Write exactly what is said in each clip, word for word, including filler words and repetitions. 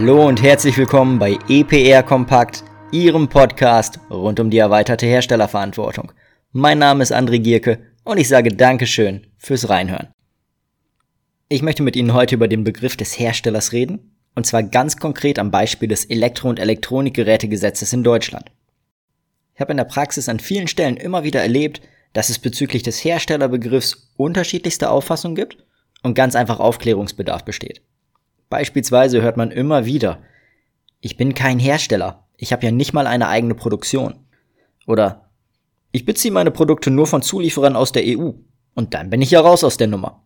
Hallo und herzlich willkommen bei E P R Kompakt, Ihrem Podcast rund um die erweiterte Herstellerverantwortung. Mein Name ist André Gierke und ich sage Dankeschön fürs Reinhören. Ich möchte mit Ihnen heute über den Begriff des Herstellers reden, und zwar ganz konkret am Beispiel des Elektro- und Elektronikgerätegesetzes in Deutschland. Ich habe in der Praxis an vielen Stellen immer wieder erlebt, dass es bezüglich des Herstellerbegriffs unterschiedlichste Auffassungen gibt und ganz einfach Aufklärungsbedarf besteht. Beispielsweise hört man immer wieder: Ich bin kein Hersteller, ich habe ja nicht mal eine eigene Produktion. Oder ich beziehe meine Produkte nur von Zulieferern aus der E U und dann bin ich ja raus aus der Nummer.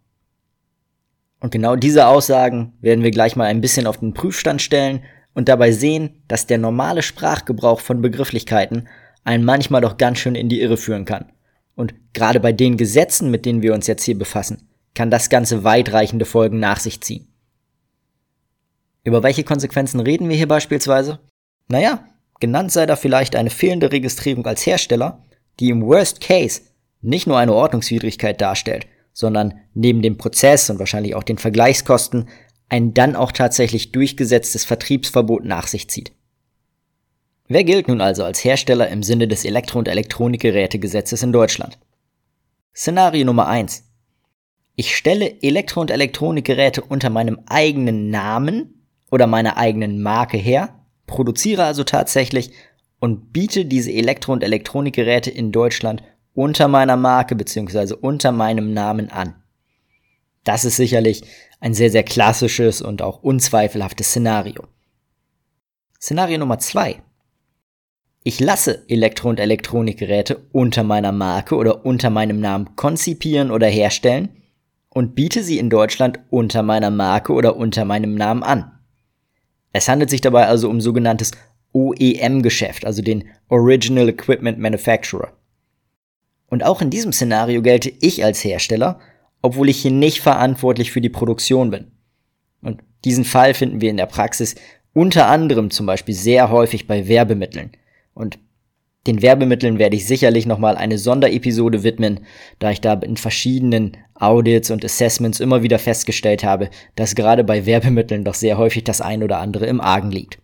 Und genau diese Aussagen werden wir gleich mal ein bisschen auf den Prüfstand stellen und dabei sehen, dass der normale Sprachgebrauch von Begrifflichkeiten einen manchmal doch ganz schön in die Irre führen kann. Und gerade bei den Gesetzen, mit denen wir uns jetzt hier befassen, kann das Ganze weitreichende Folgen nach sich ziehen. Über welche Konsequenzen reden wir hier beispielsweise? Naja, genannt sei da vielleicht eine fehlende Registrierung als Hersteller, die im Worst Case nicht nur eine Ordnungswidrigkeit darstellt, sondern neben dem Prozess und wahrscheinlich auch den Vergleichskosten ein dann auch tatsächlich durchgesetztes Vertriebsverbot nach sich zieht. Wer gilt nun also als Hersteller im Sinne des Elektro- und Elektronikgerätegesetzes in Deutschland? Szenario Nummer eins. Ich stelle Elektro- und Elektronikgeräte unter meinem eigenen Namen oder meiner eigenen Marke her, produziere also tatsächlich und biete diese Elektro- und Elektronikgeräte in Deutschland unter meiner Marke bzw. unter meinem Namen an. Das ist sicherlich ein sehr, sehr klassisches und auch unzweifelhaftes Szenario. Szenario Nummer zwei. Ich lasse Elektro- und Elektronikgeräte unter meiner Marke oder unter meinem Namen konzipieren oder herstellen und biete sie in Deutschland unter meiner Marke oder unter meinem Namen an. Es handelt sich dabei also um sogenanntes O E M-Geschäft, also den Original Equipment Manufacturer. Und auch in diesem Szenario gelte ich als Hersteller, obwohl ich hier nicht verantwortlich für die Produktion bin. Und diesen Fall finden wir in der Praxis unter anderem zum Beispiel sehr häufig bei Werbemitteln. Und den Werbemitteln werde ich sicherlich nochmal eine Sonderepisode widmen, da ich da in verschiedenen Audits und Assessments immer wieder festgestellt habe, dass gerade bei Werbemitteln doch sehr häufig das ein oder andere im Argen liegt.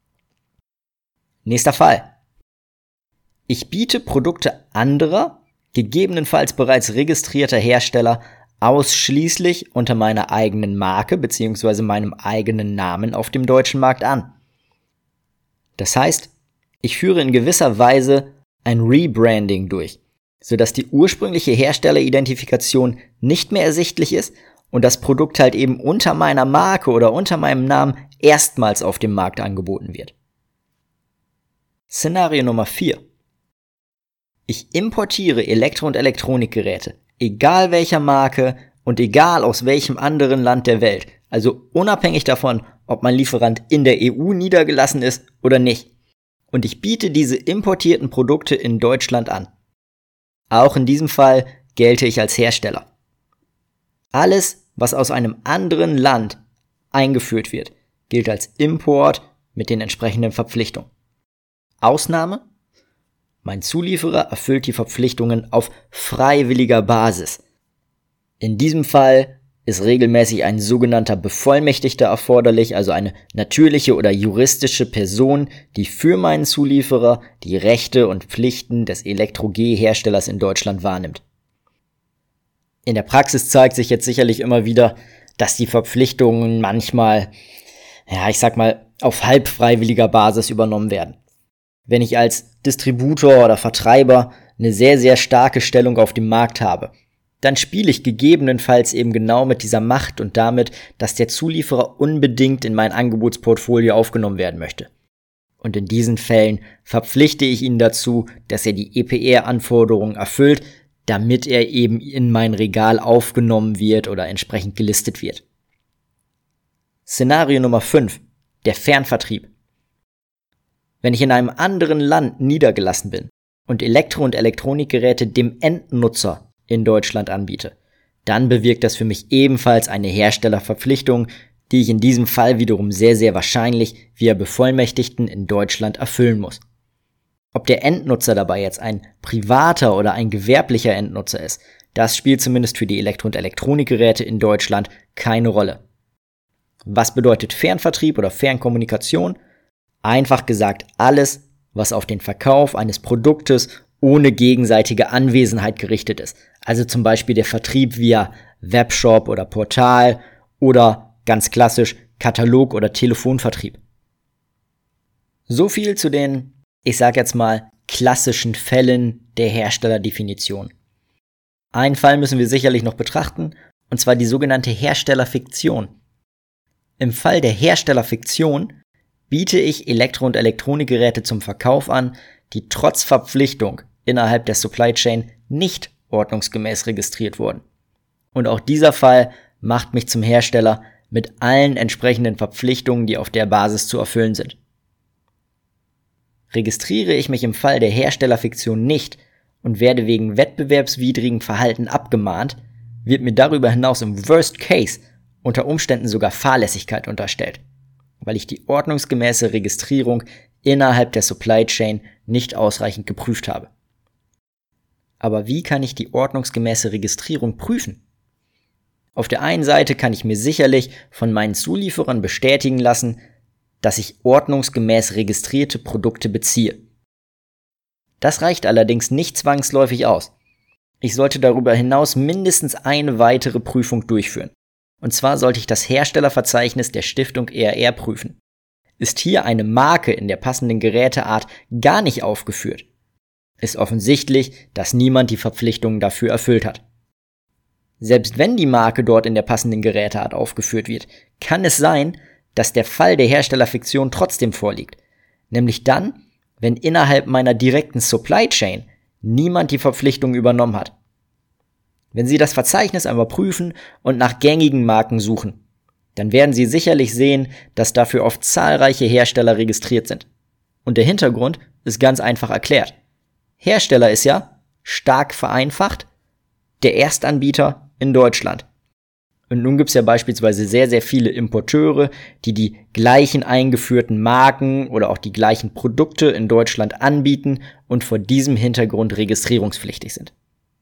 Nächster Fall. Ich biete Produkte anderer, gegebenenfalls bereits registrierter Hersteller, ausschließlich unter meiner eigenen Marke bzw. meinem eigenen Namen auf dem deutschen Markt an. Das heißt, ich führe in gewisser Weise ein Rebranding durch, sodass die ursprüngliche Herstelleridentifikation nicht mehr ersichtlich ist und das Produkt halt eben unter meiner Marke oder unter meinem Namen erstmals auf dem Markt angeboten wird. Szenario Nummer vier. Ich importiere Elektro- und Elektronikgeräte, egal welcher Marke und egal aus welchem anderen Land der Welt, also unabhängig davon, ob mein Lieferant in der E U niedergelassen ist oder nicht. Und ich biete diese importierten Produkte in Deutschland an. Auch in diesem Fall gelte ich als Hersteller. Alles, was aus einem anderen Land eingeführt wird, gilt als Import mit den entsprechenden Verpflichtungen. Ausnahme: Mein Zulieferer erfüllt die Verpflichtungen auf freiwilliger Basis. In diesem Fall ist regelmäßig ein sogenannter Bevollmächtigter erforderlich, also eine natürliche oder juristische Person, die für meinen Zulieferer die Rechte und Pflichten des Elektro-G-Herstellers in Deutschland wahrnimmt. In der Praxis zeigt sich jetzt sicherlich immer wieder, dass die Verpflichtungen manchmal, ja, ich sag mal, auf halb freiwilliger Basis übernommen werden. Wenn ich als Distributor oder Vertreiber eine sehr, sehr starke Stellung auf dem Markt habe, dann spiele ich gegebenenfalls eben genau mit dieser Macht und damit, dass der Zulieferer unbedingt in mein Angebotsportfolio aufgenommen werden möchte. Und in diesen Fällen verpflichte ich ihn dazu, dass er die E P R-Anforderungen erfüllt, damit er eben in mein Regal aufgenommen wird oder entsprechend gelistet wird. Szenario Nummer fünf. Der Fernvertrieb. Wenn ich in einem anderen Land niedergelassen bin und Elektro- und Elektronikgeräte dem Endnutzer in Deutschland anbiete, dann bewirkt das für mich ebenfalls eine Herstellerverpflichtung, die ich in diesem Fall wiederum sehr, sehr wahrscheinlich via Bevollmächtigten in Deutschland erfüllen muss. Ob der Endnutzer dabei jetzt ein privater oder ein gewerblicher Endnutzer ist, das spielt zumindest für die Elektro- und Elektronikgeräte in Deutschland keine Rolle. Was bedeutet Fernvertrieb oder Fernkommunikation? Einfach gesagt alles, was auf den Verkauf eines Produktes ohne gegenseitige Anwesenheit gerichtet ist. Also zum Beispiel der Vertrieb via Webshop oder Portal oder ganz klassisch Katalog- oder Telefonvertrieb. So viel zu den, ich sage jetzt mal, klassischen Fällen der Herstellerdefinition. Einen Fall müssen wir sicherlich noch betrachten, und zwar die sogenannte Herstellerfiktion. Im Fall der Herstellerfiktion biete ich Elektro- und Elektronikgeräte zum Verkauf an, die trotz Verpflichtung innerhalb der Supply Chain nicht ordnungsgemäß registriert wurden. Und auch dieser Fall macht mich zum Hersteller mit allen entsprechenden Verpflichtungen, die auf der Basis zu erfüllen sind. Registriere ich mich im Fall der Herstellerfiktion nicht und werde wegen wettbewerbswidrigen Verhalten abgemahnt, wird mir darüber hinaus im Worst Case unter Umständen sogar Fahrlässigkeit unterstellt, weil ich die ordnungsgemäße Registrierung innerhalb der Supply Chain nicht ausreichend geprüft habe. Aber wie kann ich die ordnungsgemäße Registrierung prüfen? Auf der einen Seite kann ich mir sicherlich von meinen Zulieferern bestätigen lassen, dass ich ordnungsgemäß registrierte Produkte beziehe. Das reicht allerdings nicht zwangsläufig aus. Ich sollte darüber hinaus mindestens eine weitere Prüfung durchführen. Und zwar sollte ich das Herstellerverzeichnis der Stiftung E R R prüfen. Ist hier eine Marke in der passenden Geräteart gar nicht aufgeführt, ist offensichtlich, dass niemand die Verpflichtungen dafür erfüllt hat. Selbst wenn die Marke dort in der passenden Geräteart aufgeführt wird, kann es sein, dass der Fall der Herstellerfiktion trotzdem vorliegt. Nämlich dann, wenn innerhalb meiner direkten Supply Chain niemand die Verpflichtung übernommen hat. Wenn Sie das Verzeichnis einmal prüfen und nach gängigen Marken suchen, dann werden Sie sicherlich sehen, dass dafür oft zahlreiche Hersteller registriert sind. Und der Hintergrund ist ganz einfach erklärt. Hersteller ist ja, stark vereinfacht, der Erstanbieter in Deutschland. Und nun gibt es ja beispielsweise sehr, sehr viele Importeure, die die gleichen eingeführten Marken oder auch die gleichen Produkte in Deutschland anbieten und vor diesem Hintergrund registrierungspflichtig sind.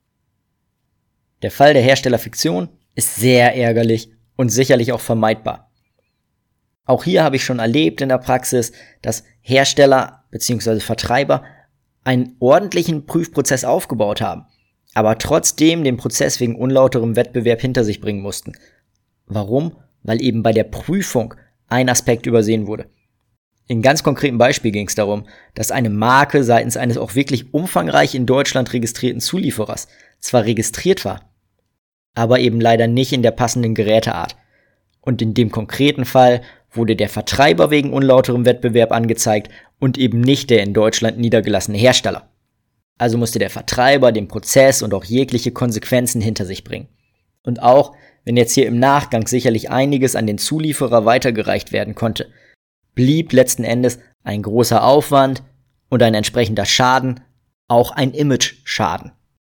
Der Fall der Herstellerfiktion ist sehr ärgerlich und sicherlich auch vermeidbar. Auch hier habe ich schon erlebt in der Praxis, dass Hersteller bzw. Vertreiber einen ordentlichen Prüfprozess aufgebaut haben, aber trotzdem den Prozess wegen unlauterem Wettbewerb hinter sich bringen mussten. Warum? Weil eben bei der Prüfung ein Aspekt übersehen wurde. In ganz konkreten Beispiel ging es darum, dass eine Marke seitens eines auch wirklich umfangreich in Deutschland registrierten Zulieferers zwar registriert war, aber eben leider nicht in der passenden Geräteart. Und in dem konkreten Fall wurde der Vertreiber wegen unlauterem Wettbewerb angezeigt und eben nicht der in Deutschland niedergelassene Hersteller. Also musste der Vertreiber den Prozess und auch jegliche Konsequenzen hinter sich bringen. Und auch, wenn jetzt hier im Nachgang sicherlich einiges an den Zulieferer weitergereicht werden konnte, blieb letzten Endes ein großer Aufwand und ein entsprechender Schaden, auch ein Image-Schaden.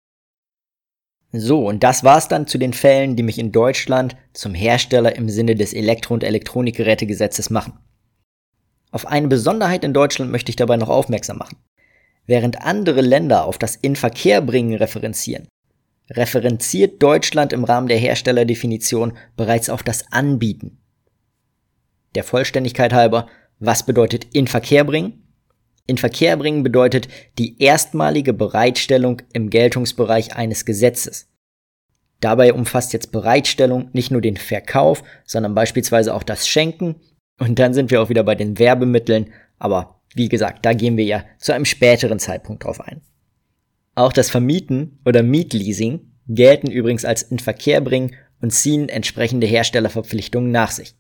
So, und das war's dann zu den Fällen, die mich in Deutschland zum Hersteller im Sinne des Elektro- und Elektronikgerätegesetzes machen. Auf eine Besonderheit in Deutschland möchte ich dabei noch aufmerksam machen. Während andere Länder auf das Inverkehrbringen referenzieren, referenziert Deutschland im Rahmen der Herstellerdefinition bereits auf das Anbieten. Der Vollständigkeit halber, was bedeutet Inverkehrbringen? Inverkehrbringen bedeutet die erstmalige Bereitstellung im Geltungsbereich eines Gesetzes. Dabei umfasst jetzt Bereitstellung nicht nur den Verkauf, sondern beispielsweise auch das Schenken. Und dann sind wir auch wieder bei den Werbemitteln, aber wie gesagt, da gehen wir ja zu einem späteren Zeitpunkt drauf ein. Auch das Vermieten oder Mietleasing gelten übrigens als Inverkehrbringen und ziehen entsprechende Herstellerverpflichtungen nach sich.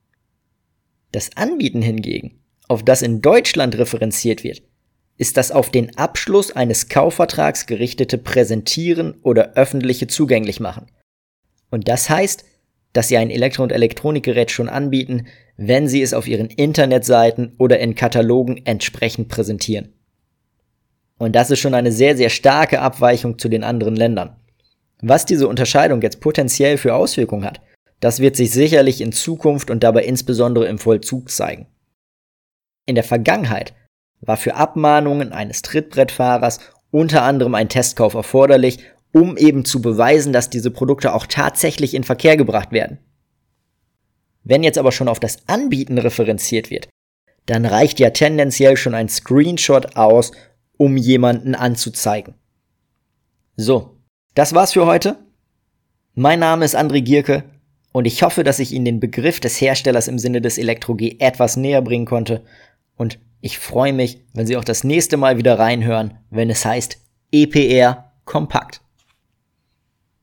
Das Anbieten hingegen, auf das in Deutschland referenziert wird, ist das auf den Abschluss eines Kaufvertrags gerichtete Präsentieren oder öffentliche Zugänglichmachen. Und das heißt, dass Sie ein Elektro- und Elektronikgerät schon anbieten, wenn Sie es auf Ihren Internetseiten oder in Katalogen entsprechend präsentieren. Und das ist schon eine sehr, sehr starke Abweichung zu den anderen Ländern. Was diese Unterscheidung jetzt potenziell für Auswirkungen hat, das wird sich sicherlich in Zukunft und dabei insbesondere im Vollzug zeigen. In der Vergangenheit war für Abmahnungen eines Trittbrettfahrers unter anderem ein Testkauf erforderlich, um eben zu beweisen, dass diese Produkte auch tatsächlich in Verkehr gebracht werden. Wenn jetzt aber schon auf das Anbieten referenziert wird, dann reicht ja tendenziell schon ein Screenshot aus, um jemanden anzuzeigen. So, das war's für heute. Mein Name ist André Gierke und ich hoffe, dass ich Ihnen den Begriff des Herstellers im Sinne des Elektro-G etwas näher bringen konnte. Und ich freue mich, wenn Sie auch das nächste Mal wieder reinhören, wenn es heißt E P R Kompakt.